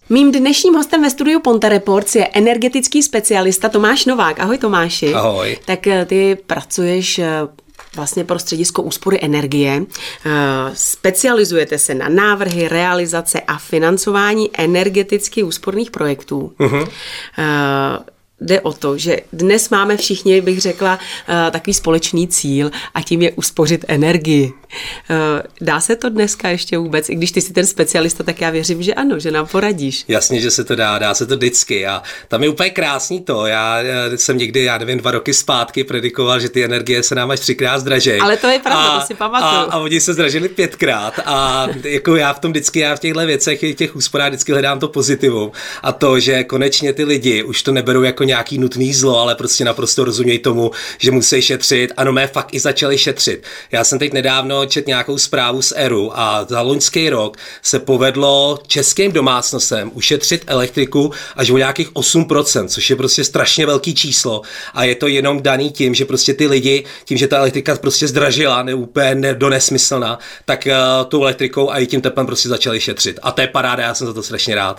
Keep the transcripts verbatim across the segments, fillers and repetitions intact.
Mým dnešním hostem ve studiu Ponte Reports je energetický specialista Tomáš Novák. Ahoj Tomáši. Ahoj. Tak ty pracuješ vlastně pro středisko úspory energie. Specializujete se na návrhy, realizace a financování energeticky úsporných projektů. Uh-huh. Jde o to, že dnes máme všichni, bych řekla, takový společný cíl a tím je uspořit energii. Dá se to dneska ještě vůbec? I když ty jsi ten specialista, tak já věřím, že ano, že nám poradíš. Jasně, že se to dá, dá se to vždycky. A tam je úplně krásný to. Já jsem někdy, já nevím, dva roky zpátky predikoval, že ty energie se nám až třikrát zdražej. Ale to je pravda, to si pamatuju. A, a oni se zdražili pětkrát. A jako já v tom vždycky, já v těchto věcech, v těch úsporách vždycky hledám to pozitivum. A to, že konečně ty lidi už to neberou jako nějaký nutný zlo, ale prostě naprosto rozumějí tomu, že musí šetřit. Ano, mé fakt i začali šetřit. Já jsem teď nedávno četl nějakou zprávu z E R U a za loňský rok se povedlo českým domácnostem ušetřit elektriku až o nějakých osm procent, což je prostě strašně velký číslo a je to jenom daný tím, že prostě ty lidi, tím, že ta elektrika prostě zdražila, ne úplně ne, do nesmyslná, tak uh, tou elektrikou a i tím teplem prostě začali šetřit. A to je paráda, já jsem za to strašně rád.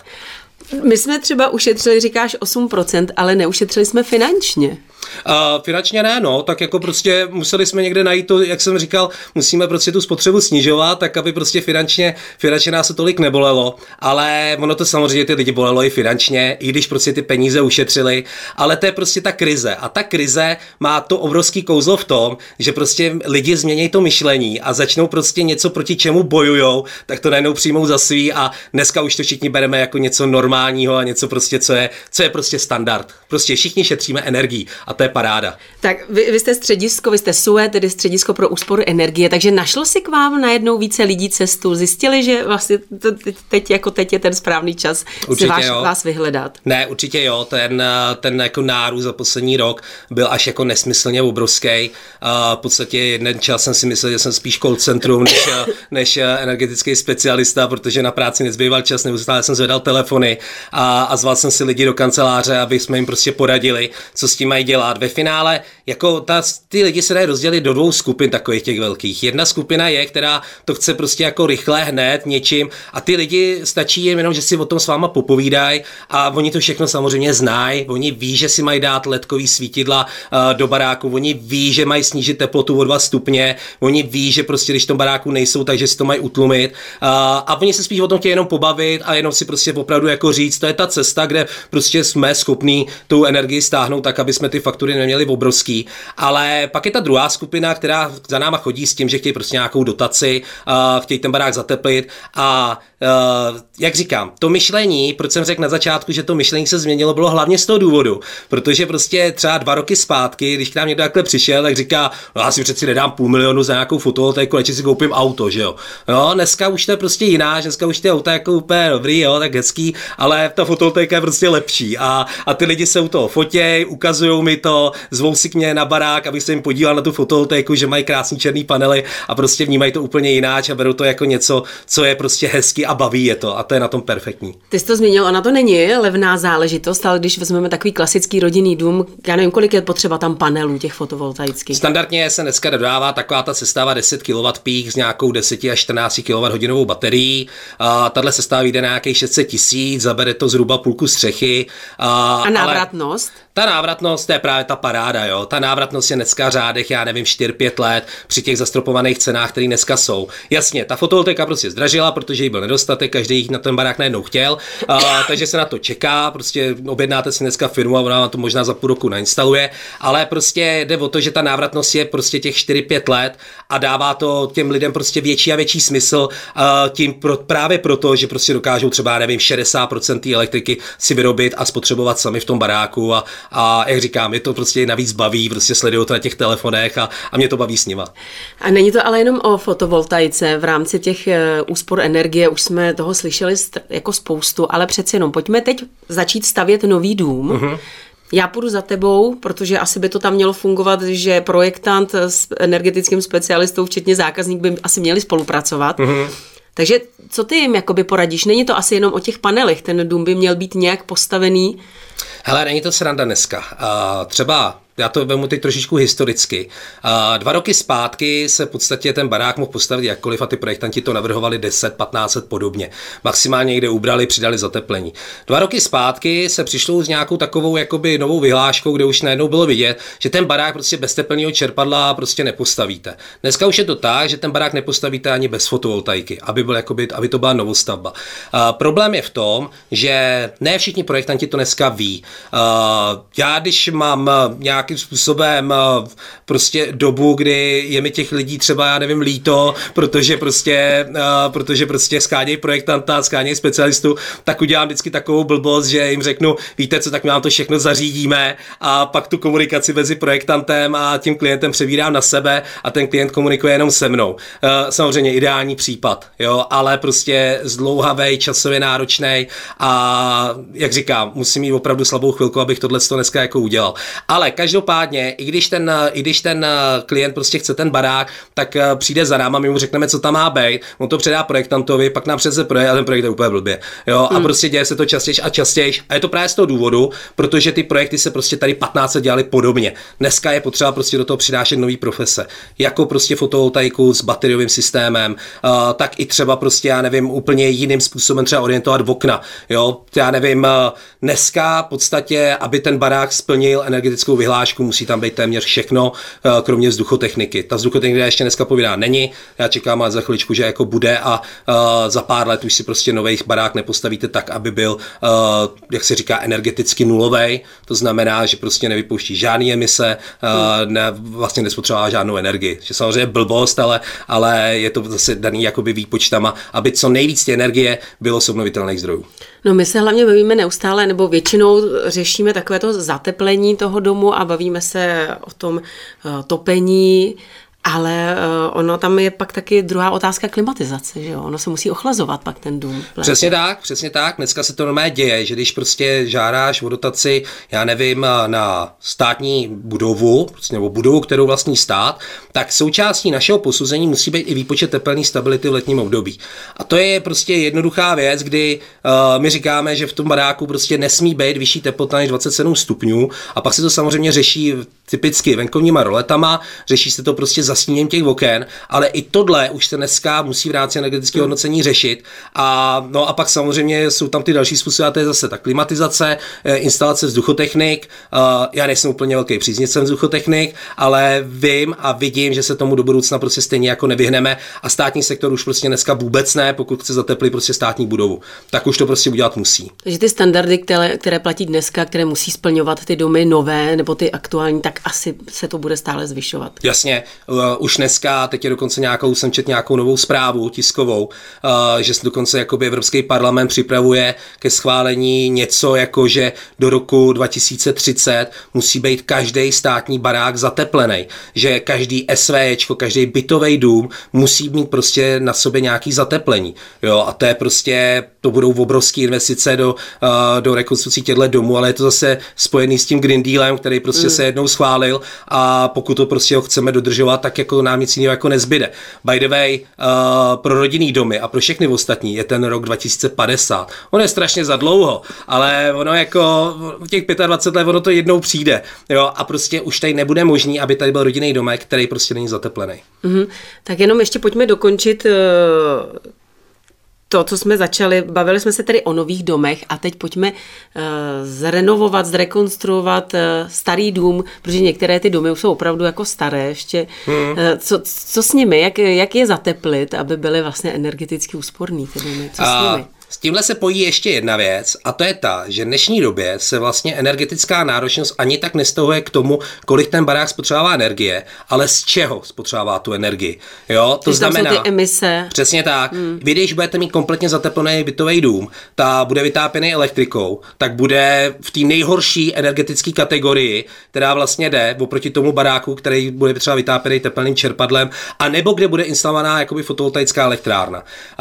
My jsme třeba ušetřili, říkáš osm procent, ale neušetřili jsme finančně. Uh, finančně ne, no, tak jako prostě museli jsme někde najít to, jak jsem říkal, musíme prostě tu spotřebu snižovat, tak aby prostě finančně, finančně nás to tolik nebolelo, ale ono to samozřejmě ty lidi bolelo i finančně, i když prostě ty peníze ušetřili, ale to je prostě ta krize a ta krize má to obrovský kouzlo v tom, že prostě lidi změní to myšlení a začnou prostě něco, proti čemu bojujou, tak to najednou přijmou za svý a dneska už to všichni bereme jako něco normálního a něco prostě, co je, co je prostě standard. Prostě všichni šetříme energii a to je paráda. Tak vy, vy jste středisko, vy jste S U E, tedy středisko pro úsporu energie, takže našlo si k vám najednou více lidí cestu? Zjistili, že vlastně teď, teď jako teď je ten správný čas si vás, vás vyhledat? Ne, určitě jo, ten, ten jako nárůst za poslední rok byl až jako nesmyslně obrovský. V podstatě jeden čas jsem si myslel, že jsem spíš call centrum než, než energetický specialista, protože na práci nezbýval čas, neustále jsem zvedal telefony a, a zval jsem si lidi do kanceláře, aby jsme jim prostě poradili, co s tím mají dělat. Ve finále, jako ta, ty lidi se dají rozdělit do dvou skupin takových těch velkých. Jedna skupina je, která to chce prostě jako rychle, hned, něčím a ty lidi stačí jim jenom, že si o tom s váma popovídají a oni to všechno samozřejmě znají, oni ví, že si mají dát ledkový svítidla uh, do baráku, oni ví, že mají snížit teplotu o dva stupně, oni ví, že prostě když v tom baráku nejsou, takže si to mají utlumit uh, a oni se spíš o tom chtějí jenom pobavit a jenom si prostě opravdu jako říct, to je ta cesta, kde prostě jsme schopní tu energii stáhnout tak, aby jsme ty faktury neměli obrovský, ale pak je ta druhá skupina, která za náma chodí s tím, že chtějí prostě nějakou dotaci, uh, chtějí ten barák zateplit a uh, jak říkám, to myšlení, proč jsem řekl na začátku, že to myšlení se změnilo, bylo hlavně z toho důvodu, protože prostě třeba dva roky zpátky, když k nám někdo takhle přišel, tak říká, no já si přeci nedám půl milionu za nějakou fotovoltaiku, radši si koupím auto, že jo. No, dneska už to je prostě jiná, dneska už ty auta jako úplně dobrý, jo, tak hezký, ale ta fotovoltaika je prostě lepší a, a ty lidi se u toho fotěj, ukazujou mi to, zvou si k mě na barák, abych se jim podíval na tu fotovoltaiku, že mají krásný černý panely a prostě vnímají to úplně jináč a berou to jako něco, co je prostě hezky a baví je to a to je na tom perfektní. Ty jsi to zmínil, ona to není levná záležitost, ale když vezmeme takový klasický rodinný dům, já nevím, kolik je potřeba tam panelů těch fotovoltaických. Standardně se dneska dodává taková ta sestava deset kilowattpík s nějakou deset až čtrnáct kilowatthodinovou baterií. A tahle sestava jde na nějakých šest set tisíc, zabere to zhruba půlku střechy. A, a návratnost? Ale ta návratnost, to je právě ta paráda, jo. Ta návratnost je dneska v řádech, já nevím, čtyři pět let při těch zastropovaných cenách, které dneska jsou. Jasně, ta fotovoltaika prostě zdražila, protože jí byl nedostatek, každý jich na ten barák najednou chtěl, a, takže se na to čeká, prostě objednáte si dneska firmu a ona vám to možná za půl roku nainstaluje, ale prostě jde o to, že ta návratnost je prostě těch čtyři pět let a dává to těm lidem prostě větší a větší smysl, a tím pro, právě proto, že prostě dokážou třeba, nevím, šedesát procent té elektriky si vyrobit a spotřebovat sami v tom baráku a A jak říkám, je to prostě navíc baví, prostě sleduju to na těch telefonech a, a mě to baví s nima. A není to ale jenom o fotovoltaice, v rámci těch úspor energie už jsme toho slyšeli jako spoustu, ale přeci jenom pojďme teď začít stavět nový dům. Uh-huh. Já půjdu za tebou, protože asi by to tam mělo fungovat, že projektant s energetickým specialistou, včetně zákazník, by asi měli spolupracovat. Uh-huh. Takže co ty jim jakoby poradíš? Není to asi jenom o těch panelech, ten dům by měl být nějak postavený? Hele, není to sranda dneska. Uh, třeba já to vemu teď trošičku historicky. Uh, dva roky zpátky se v podstatě ten barák mohl postavit jakkoliv a ty projektanti to navrhovali deset, patnáct let podobně. Maximálně někde ubrali, přidali zateplení. Dva roky zpátky se přišlo s nějakou takovou jakoby novou vyhláškou, kde už najednou bylo vidět, že ten barák prostě bez teplného čerpadla prostě nepostavíte. Dneska už je to tak, že ten barák nepostavíte ani bez fotovoltaiky, aby, byl jakoby, aby to byla novostavba. Uh, problém je v tom, že ne všichni projektanti to dneska ví. Uh, já když mám nějak nějakým způsobem prostě dobu, kdy je mi těch lidí třeba, já nevím, líto, protože prostě, protože prostě skádějí projektanta, skádějí specialistu, tak udělám vždycky takovou blbost, že jim řeknu, víte co, tak my vám to všechno zařídíme a pak tu komunikaci mezi projektantem a tím klientem přebírám na sebe a ten klient komunikuje jenom se mnou. Samozřejmě ideální případ, jo, ale prostě zdlouhavej, časově náročnej a jak říkám, musím mít opravdu slabou chvilku, abych tohle dneska jako udělal. Ale každý Každopádně, i když ten, i když ten klient prostě chce ten barák, tak přijde za náma, my mu řekneme, co tam má být, on to předá projektantovi, pak nám přece projekt a ten projekt je úplně blbě. Jo? A mm. prostě děje se to častěji a častěji. A je to právě z toho důvodu, protože ty projekty se prostě tady patnáct let dělaly podobně. Dneska je potřeba prostě do toho přinášet nový profese, jako prostě fotovoltaiku s bateriovým systémem, uh, tak i třeba prostě, já nevím, úplně jiným způsobem třeba orientovat v okna. Jo? Já nevím, uh, dneska v podstatě, aby ten barák splnil energetickou vyhlášku, musí tam být téměř všechno, kromě vzduchotechniky. Ta vzduchotechnika ještě dneska povinná není, já čekám ale za chviličku, že jako bude a uh, za pár let už si prostě nový barák nepostavíte tak, aby byl, uh, jak se říká, energeticky nulovej, to znamená, že prostě nevypouští žádný emise, uh, ne, vlastně nespotřebová žádnou energii. Že samozřejmě je blbost, ale, ale je to zase daný jakoby výpočtama, aby co nejvíc té energie bylo z obnovitelných zdrojů. No my se hlavně bavíme neustále, nebo většinou řešíme takové to zateplení toho domu a bavíme se o tom uh, topení, ale uh, ono tam je pak taky druhá otázka klimatizace, že jo? Ono se musí ochlazovat pak ten dům. Přesně tak, přesně tak. Dneska se to normálně děje, že když prostě žádáš o dotaci, já nevím, na státní budovu, nebo budovu, kterou vlastní stát, tak součástí našeho posouzení musí být i výpočet tepelné stability v letním období. A to je prostě jednoduchá věc, kdy uh, my říkáme, že v tom baráku prostě nesmí být vyšší teplota než dvacet sedm stupňů a pak se to samozřejmě řeší typicky venkovníma roletama, řeší se to prostě zastíněním těch oken, ale i tohle už se dneska musí v rámci energetického hodnocení řešit. A, no a pak samozřejmě jsou tam ty další způsoby, a to je zase ta klimatizace, instalace vzduchotechnik. Já nejsem úplně velký příznivcem vzduchotechnik, ale vím a vidím, že se tomu do budoucna prostě stejně jako nevyhneme a státní sektor už prostě dneska vůbec ne, pokud chce zateplit prostě státní budovu. Tak už to prostě udělat musí. Takže ty standardy, které, které platí dneska, které musí splňovat ty domy nové nebo ty aktuální, tak asi se to bude stále zvyšovat. Jasně, uh, už dneska, teď je dokonce nějakou, jsem četl nějakou novou zprávu tiskovou, uh, že se dokonce jakoby Evropský parlament připravuje ke schválení něco jako, že do roku dva tisíce třicet musí být každý státní barák zateplený, že každý SVčko, každý bytový dům musí mít prostě na sobě nějaký zateplení. Jo, a to je prostě, to budou obrovské investice do, uh, do rekonstrukcí těchto domů, ale je to zase spojený s tím Green Dealem, který prostě mm. se jednou schválil a pokud to prostě ho chceme dodržovat, tak jako nám nic jiného jako nezbyde. By the way, uh, pro rodinný domy a pro všechny ostatní je ten rok dva tisíce padesát. On je strašně za dlouho, ale ono jako těch dvacet pět let, ono to jednou přijde. Jo, a prostě už tady nebude možný, aby tady byl rodinný domek, který prostě není zateplený. Mm-hmm. Tak jenom ještě pojďme dokončit uh... to, co jsme začali, bavili jsme se tedy o nových domech a teď pojďme uh, zrenovovat, zrekonstruovat uh, starý dům, protože některé ty domy už jsou opravdu jako staré ještě. Hmm. Uh, co, co s nimi? Jak, jak je zateplit, aby byly vlastně energeticky úsporný ty domy? Co a... s nimi? S tímhle se pojí ještě jedna věc a to je ta, že v dnešní době se vlastně energetická náročnost ani tak nestahuje k tomu, kolik ten barák spotřebává energie, ale z čeho spotřebává tu energii. Jo, to Když znamená, tam jsou ty emise. Přesně tak. Hmm. Vy, když budete mít kompletně zateplený bytový dům, ta bude vytápěný elektrikou, tak bude v té nejhorší energetické kategorii, která vlastně jde oproti tomu baráku, který bude třeba vytápěný teplným čerpadlem, a nebo kde bude instalovaná jakoby fotovoltaická elektrárna.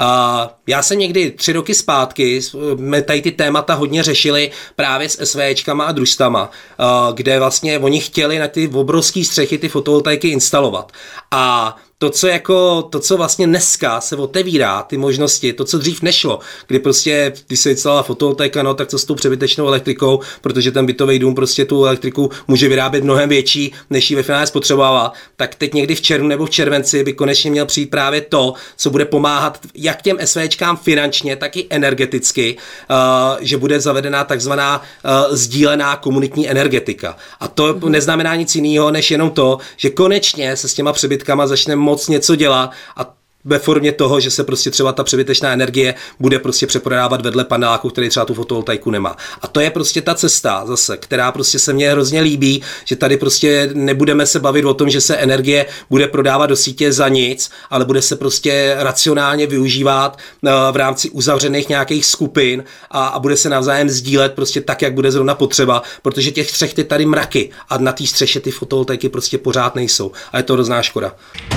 A já jsem někdy tři roky zpátky jsme tady ty témata hodně řešili právě s SVčkama a družstama, kde vlastně oni chtěli na ty obrovský střechy ty fotovoltaiky instalovat. A to, co jako, to, co vlastně dneska se otevírá, ty možnosti, to, co dřív nešlo, kdy prostě, když se instalala fotovoltaika, no, tak co s tou přebytečnou elektrikou, protože ten bytový dům prostě tu elektriku může vyrábět mnohem větší, než ji ve finále spotřebovala, tak teď někdy v červnu nebo v červenci by konečně měl přijít právě to, co bude pomáhat jak těm SVčkám finančně, tak i energeticky, uh, že bude zavedená takzvaná uh, sdílená komunitní energetika. A to mm. neznamená nic jiného, než jenom to, že konečně se s těma přebytkama začne moc něco dělat a ve formě toho, že se prostě třeba ta přebytečná energie bude prostě přeprodávat vedle paneláku, který třeba tu fotovoltaiku nemá. A to je prostě ta cesta zase, která prostě se mně hrozně líbí, že tady prostě nebudeme se bavit o tom, že se energie bude prodávat do sítě za nic, ale bude se prostě racionálně využívat v rámci uzavřených nějakých skupin a, a bude se navzájem sdílet prostě tak, jak bude zrovna potřeba, protože těch střech ty tady mraky a na té střeše ty fotovoltaiky prostě pořád nejsou. A je to hrozná škoda.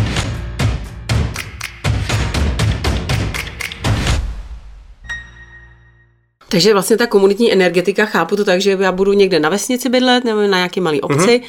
Takže vlastně ta komunitní energetika, chápu to tak, že já budu někde na vesnici bydlet nebo na nějaké malé obci, mm-hmm.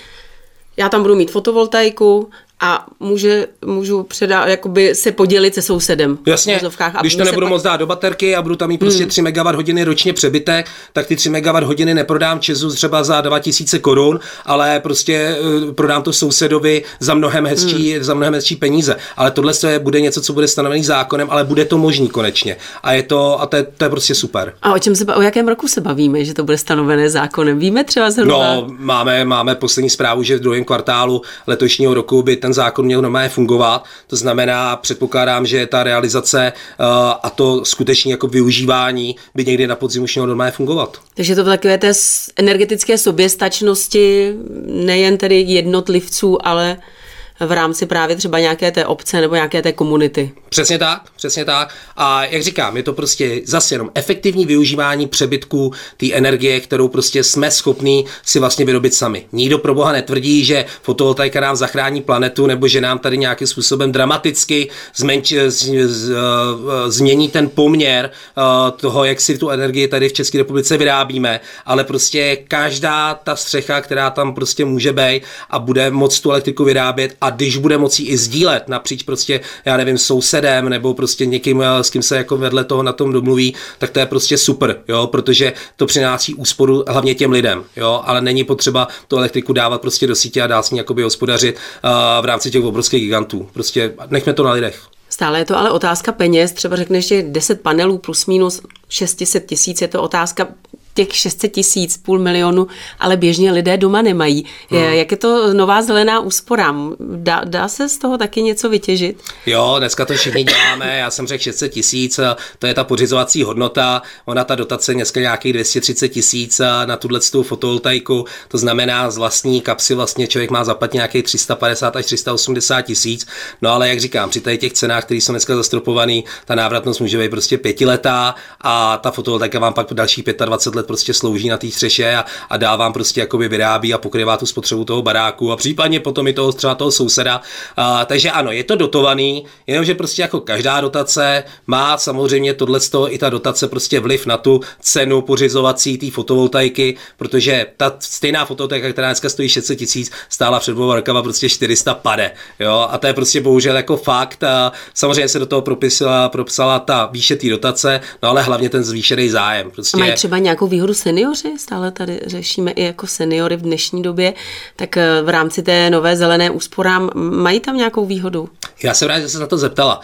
já tam budu mít fotovoltaiku a může, můžu předat, jakoby se podělit se sousedem. Jasně, když to nebudu pak... moc dát do baterky a budu tam mít prostě hmm. tři megawatt hodiny ročně přebytek, tak ty tři megawatt hodiny neprodám Česu třeba za dva tisíce korun, ale prostě uh, prodám to sousedovi za mnohem hezčí, hmm. za mnohem hezčí peníze. Ale tohle je, bude něco, co bude stanovený zákonem, ale bude to možný konečně. A je to, a to je, to je prostě super. A o čem se, o jakém roku se bavíme, že to bude stanovené zákonem? Víme třeba zhruba? No, máme, máme poslední zprávu, že v druhém kvartálu letošního roku by ten zákon měl normálně fungovat, to znamená, předpokládám, že ta realizace uh, a to skutečně jako využívání by někdy na podzim už mělo normálně fungovat. Takže to takové té energetické soběstačnosti nejen tedy jednotlivců, ale v rámci právě třeba nějaké té obce nebo nějaké té komunity. Přesně tak, přesně tak. A jak říkám, je to prostě zase jenom efektivní využívání přebytků té energie, kterou prostě jsme schopní si vlastně vyrobit sami. Nikdo pro boha netvrdí, že fotovoltaika nám zachrání planetu nebo že nám tady nějakým způsobem dramaticky zmenč, z, z, změní ten poměr toho, jak si tu energii tady v České republice vyrábíme, ale prostě každá ta střecha, která tam prostě může být a bude moct tu elektriku vyrábět a když bude moci i sdílet napříč prostě, já nevím, sousedem nebo prostě někým, s kým se jako vedle toho na tom domluví, tak to je prostě super, jo, protože to přináší úsporu hlavně těm lidem, jo, ale není potřeba tu elektriku dávat prostě do sítě a dál s ní jakoby hospodařit uh, v rámci těch obrovských gigantů. Prostě nechme to na lidech. Stále je to ale otázka peněz, třeba řekneš, že deset panelů plus minus šest set tisíc, je to otázka těch šest set tisíc, půl milionu, ale běžně lidé doma nemají. Hmm. Jak je to nová zelená úspora? Dá, dá se z toho taky něco vytěžit? Jo, dneska to všichni děláme, já jsem řekl šest set tisíc, to je ta pořizovací hodnota, ona ta dotace dneska nějakých dvě stě třicet tisíc na tuto fotovoltaiku, to znamená z vlastní kapsy vlastně člověk má zaplatit nějakých tři sta padesát až tři sta osmdesát tisíc, no ale jak říkám, při těch cenách, které jsou dneska zastropované, ta návratnost může být prostě pětiletá a ta fotovoltaika vám pak další dvacet pět let prostě slouží na té střeše a, a dá vám prostě jakoby vyrábí a pokrývá tu spotřebu toho baráku a případně potom i toho třeba toho souseda. A, takže ano, je to dotovaný, jenomže prostě jako každá dotace má samozřejmě tohleto i ta dotace prostě vliv na tu cenu pořizovací té fotovoltaiky, protože ta stejná fotovoltaika, která dneska stojí šest set tisíc, stála před dvěma rokama prostě čtyři sta pade, jo, a to je prostě bohužel jako fakt. A samozřejmě se do toho propisila, propsala ta výše té dotace, no ale hlavně ten zvýšený zájem. Prostě. A mají třeba nějakou výhodu seniori? Stále tady řešíme i jako seniory v dnešní době, tak v rámci té nové zelené úsporám mají tam nějakou výhodu? Já jsem rád, že se na to zeptala.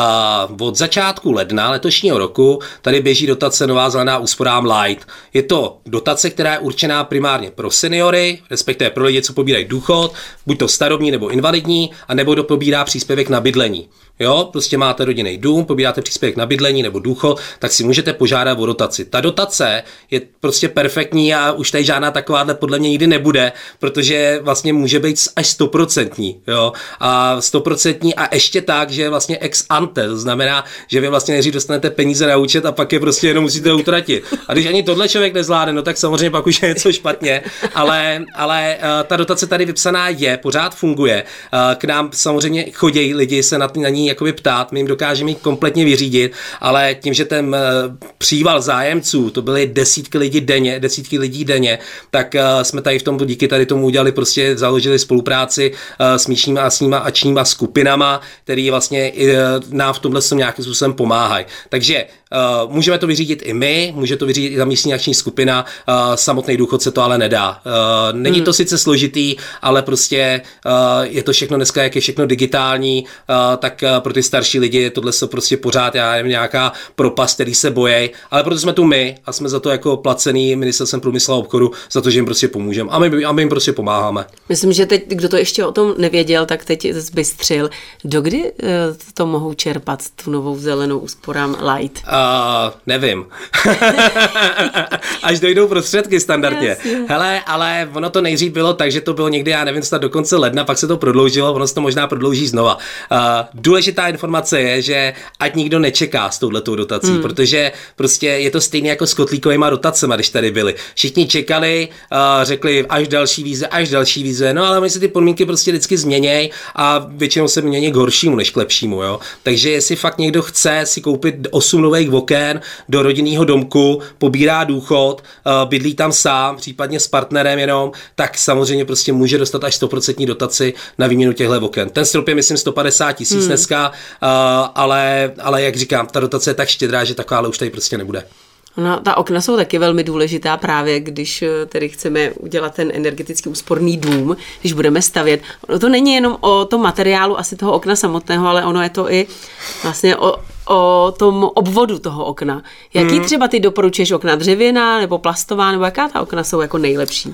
Uh, od začátku ledna letošního roku tady běží dotace Nová zelená úsporám Light. Je to dotace, která je určená primárně pro seniory, respektive pro lidi, co pobírají důchod, buď to starobní nebo invalidní, a nebo kdo pobírá příspěvek na bydlení. Jo, prostě máte rodinný dům, pobíráte příspěvek na bydlení nebo důchod, tak si můžete požádat o dotaci. Ta dotace je prostě perfektní a už tady žádná takováhle podle mě nikdy nebude, protože vlastně může být až stoprocentní, jo, a stoprocentní a ještě tak, že je vlastně ex ante, to znamená, že vy vlastně nejdřív dostanete peníze na účet a pak je prostě jenom musíte utratit. A když ani tohle člověk nezvládne, no tak samozřejmě pak už je něco špatně, ale, ale uh, ta dotace tady vypsaná je, pořád funguje. Uh, k nám samozřejmě chodí lidi se na, na ní ochotní jakoby ptát, my jim dokážeme jít kompletně vyřídit, ale tím, že ten příval zájemců, to byly desítky lidí denně, desítky lidí denně, tak jsme tady v tom díky tady tomu udělali, prostě založili spolupráci s místníma a s nima ačníma skupinama, který vlastně nám v tomhle nějakým způsobem pomáhají. Takže Uh, můžeme to vyřídit i my, může to vyřídit i ta místní akční skupina, uh, samotný důchodce to ale nedá. Uh, není hmm. to sice složitý, ale prostě uh, je to všechno dneska, jak je všechno digitální, uh, tak uh, pro ty starší lidi je tohle se prostě pořád, já nevím, nějaká propast, který se bojí, ale proto jsme tu my a jsme za to jako placený Ministerstvem průmyslu a obchodu, za to, že jim prostě pomůžeme a my, a my jim prostě pomáháme. Myslím, že teď, kdo to ještě o tom nevěděl, tak teď zbystřil. Dokdy uh, to mohou čerpat, tu novou zelenou úsporám Light? Uh, nevím. Až dojdou prostředky standardně. Yes, yes. Hele, ale ono to nejdřív bylo tak, že to bylo někdy, já nevím, snad do konce ledna, pak se to prodloužilo, ono se to možná prodlouží znova. Uh, důležitá informace je, že ať nikdo nečeká s touhletou dotací, hmm. protože prostě je to stejné jako s kotlíkovýma dotacemi, když tady byli. Všichni čekali, uh, řekli až další výzve, až další výzve, no ale oni se ty podmínky prostě vždycky změnějí a většinou se mění k horšímu než k lepšímu, jo. Takže jestli fakt někdo chce si koupit osm nových oken do rodinného domku, pobírá důchod, bydlí tam sám, případně s partnerem jenom, tak samozřejmě prostě může dostat až sto procent dotaci na výměnu těchto oken. Ten strop je, myslím, sto padesát tisíc hmm. dneska, ale, ale jak říkám, ta dotace je tak štědrá, že taková už tady prostě nebude. No, ta okna jsou taky velmi důležitá právě, když tedy chceme udělat ten energeticky úsporný dům, když budeme stavět. Ono to není jenom o tom materiálu asi toho okna samotného, ale ono je to i vlastně o o tom obvodu toho okna. Jaký hmm. třeba ty doporučuješ okna, dřevěná nebo plastová, nebo jaká ta okna jsou jako nejlepší? Uh,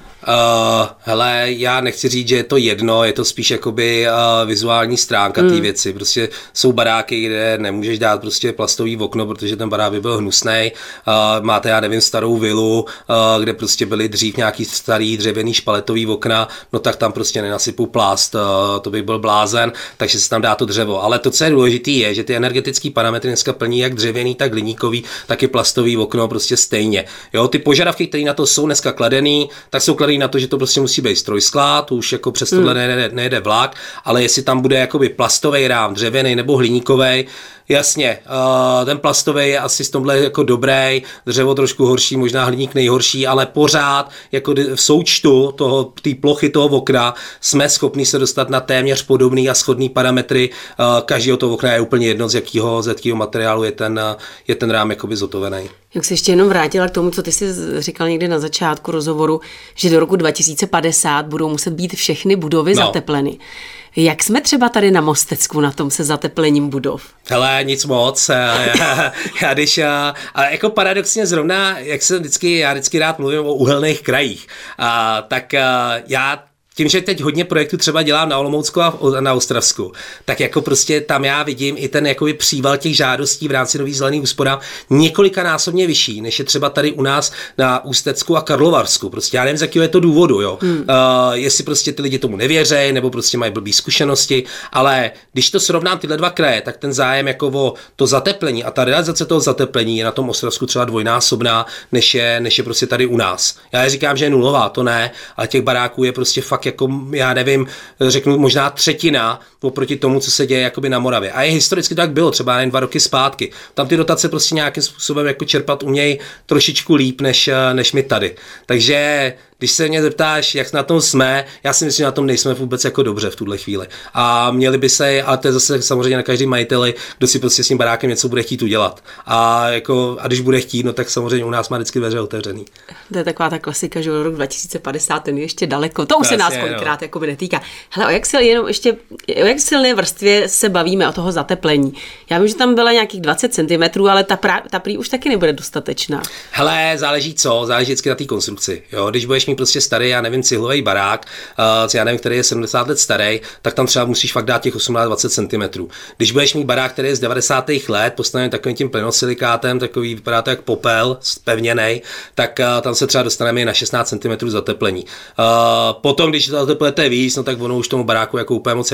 hele, já nechci říct, že je to jedno, je to spíš jakoby uh, vizuální stránka hmm. té věci. Prostě jsou baráky, kde nemůžeš dát prostě plastový okno, protože ten barák by byl hnusnej. Uh, máte, já nevím, starou vilu, uh, kde prostě byly dřív nějaký starý dřevěný špaletový okna, no tak tam prostě nenasypu plast, uh, to by byl blázen, takže se tam dá to dřevo. Ale to, co je důležité, je, že ty energetické parametry dneska plní jak dřevěný, tak hliníkový, tak i plastový okno prostě stejně. Jo, ty požadavky, které na to jsou dneska kladený, tak jsou kladený na to, že to prostě musí být strojsklad, to už jako přes tohle hmm. nejde, nejde vlak, ale jestli tam bude jakoby plastový rám, dřevěný nebo hliníkový, jasně, uh, ten plastový je asi z tomhle jako dobrý, dřevo trošku horší, možná hliník nejhorší, ale pořád jako v součtu toho, té plochy toho okna jsme schopni se dostat na téměř podobný a shodný parametry. Uh, každého toho okna je úplně jedno, z jakého, z jakého materiálu je ten, je ten rám jakoby zotovený. Jak se ještě jenom vrátila k tomu, co ty jsi říkal někdy na začátku rozhovoru, že do roku dva tisíce padesát budou muset být všechny budovy no. zatepleny. Jak jsme třeba tady na Mostecku na tom se zateplením budov? Hele, nic moc. Já, já když, ale jako paradoxně zrovna, jak se vždycky, já vždycky rád mluvím o uhelných krajích, a, tak a, já tím, že teď hodně projektů třeba dělám na Olomoucku a na Ostravsku, tak jako prostě tam já vidím i ten jakoby příval těch žádostí v rámci nových zelených úsporám několikanásobně vyšší, než je třeba tady u nás na Ústecku a Karlovarsku. Prostě já nevím, z jakého je to důvodu, jo. Hmm. Uh, jestli prostě ty lidi tomu nevěří, nebo prostě mají blbý zkušenosti, ale když to srovnám tyhle dva kraje, tak ten zájem jako o to zateplení a ta realizace toho zateplení je na tom Ostravsku třeba dvojnásobná, než je, než je prostě tady u nás. Já říkám, že je nulová, to ne, ale těch baráků je prostě fakt jako, já nevím, řeknu možná třetina oproti tomu, co se děje jakoby na Moravě. A je historicky tak bylo, třeba jen dva roky zpátky. Tam ty dotace prostě nějakým způsobem jako čerpat umějí trošičku líp, než, než my tady. Takže když se mě zeptáš, jak na tom jsme, já si myslím, že na tom nejsme vůbec jako dobře v tuhle chvíli. A měli by se, ale to je zase samozřejmě na každý majiteli, kdo si prostě s tím barákem něco bude chtít udělat. A, jako, a když bude chtít, no tak samozřejmě u nás má vždycky dveře otevřený. To je taková ta klasika, že rok dva tisíce padesát, ten je ještě daleko. To už se nás kolikrát no. jako by netýká. Hele, o jak, sil, jenom ještě, o jak silné vrstvě se bavíme o toho zateplení? Já vím, že tam byla nějakých dvacet centimetrů, ale ta, pra, ta prý už taky nebude dostatečná. Hele, záleží co, záleží vždycky na té konstrukci. Jo? Když budeš mít prostě starý, já nevím, cihlový barák, uh, já nevím, který je sedmdesát let starý, tak tam třeba musíš fakt dát těch osmnáct dvacet centimetrů. Když budeš mít barák, který je z devadesátých let, postavený takovým tím plynosilikátem, takový vypadá to jak popel, spevněnej, tak uh, tam se třeba dostaneme i na šestnáct centimetrů zateplení. Uh, potom, když to zateplete víc, no tak ono už tomu baráku jako úplně moc jako nepomáhá.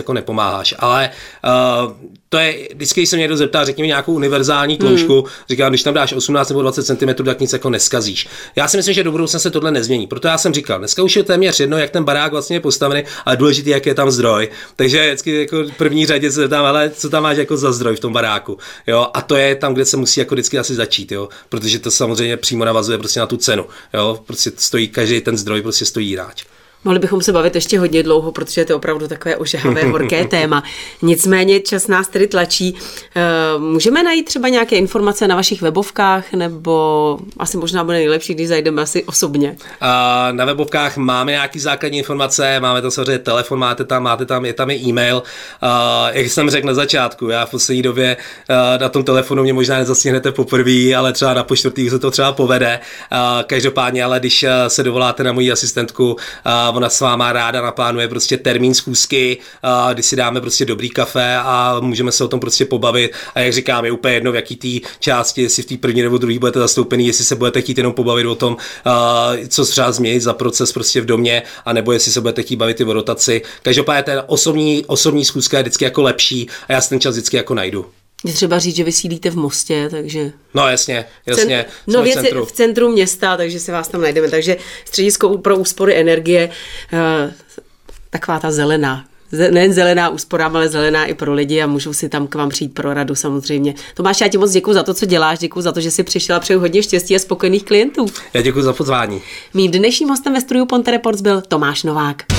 nevymáháš, ale uh, to je, vždycky se mě někdo zeptá, řekni mi nějakou univerzální tloušku, hmm. říkám, když tam dáš osmnáct nebo dvacet centimetrů, tak nic jako neskazíš. Já si myslím, že do budoucna se tohle nezmění, proto já jsem říkal, dneska už je téměř jedno, jak ten barák vlastně je postavený, ale důležitý, jak je tam zdroj. Takže vždycky jako v první řadě se tam, ale co tam máš jako za zdroj v tom baráku, jo? A to je tam, kde se musí jako vždycky asi začít, jo? Protože to samozřejmě přímo navazuje prostě na tu cenu, jo? Prostě stojí každý ten zdroj, prostě stojí jináč. Mohli bychom se bavit ještě hodně dlouho, protože to je opravdu takové ožahavé, horké téma. Nicméně čas nás tedy tlačí. Můžeme najít třeba nějaké informace na vašich webovkách, nebo asi možná bude nejlepší, když zajdeme asi osobně? Na webovkách máme nějaký základní informace, máme tam samozřejmě telefon, máte tam, máte tam, je tam i e-mail. Jak jsem řekl na začátku, já v poslední době na tom telefonu mě možná nezastihnete poprvé, ale třeba na počtvrtý se to třeba povede. Každopádně, ale když se dovoláte na moji asistentku, ona s váma ráda naplánuje prostě termín schůzky, kdy si dáme prostě dobrý kafe a můžeme se o tom prostě pobavit. A jak říkám, je úplně jedno, v jaký té části, jestli v té první nebo druhé budete zastoupený, jestli se budete chtít jenom pobavit o tom, co třeba změnit za proces prostě v domě, anebo jestli se budete chtít bavit i o rotaci. Každopádně ta osobní, osobní schůzka je vždycky jako lepší a já si ten čas vždycky jako najdu. Je třeba říct, že vy sídlíte v Mostě, takže... No jasně, jasně. No věc je v centru města, takže si vás tam najdeme. Takže středisko pro úspory energie, taková ta zelená. Nejen zelená úspora, ale zelená i pro lidi a můžou si tam k vám přijít pro radu samozřejmě. Tomáš, já ti moc děkuji za to, co děláš, děkuji za to, že jsi přišel a přeju hodně štěstí a spokojených klientů. Já děkuji za pozvání. Mým dnešním hostem ve studiu Ponte Reports byl Tomáš Novák.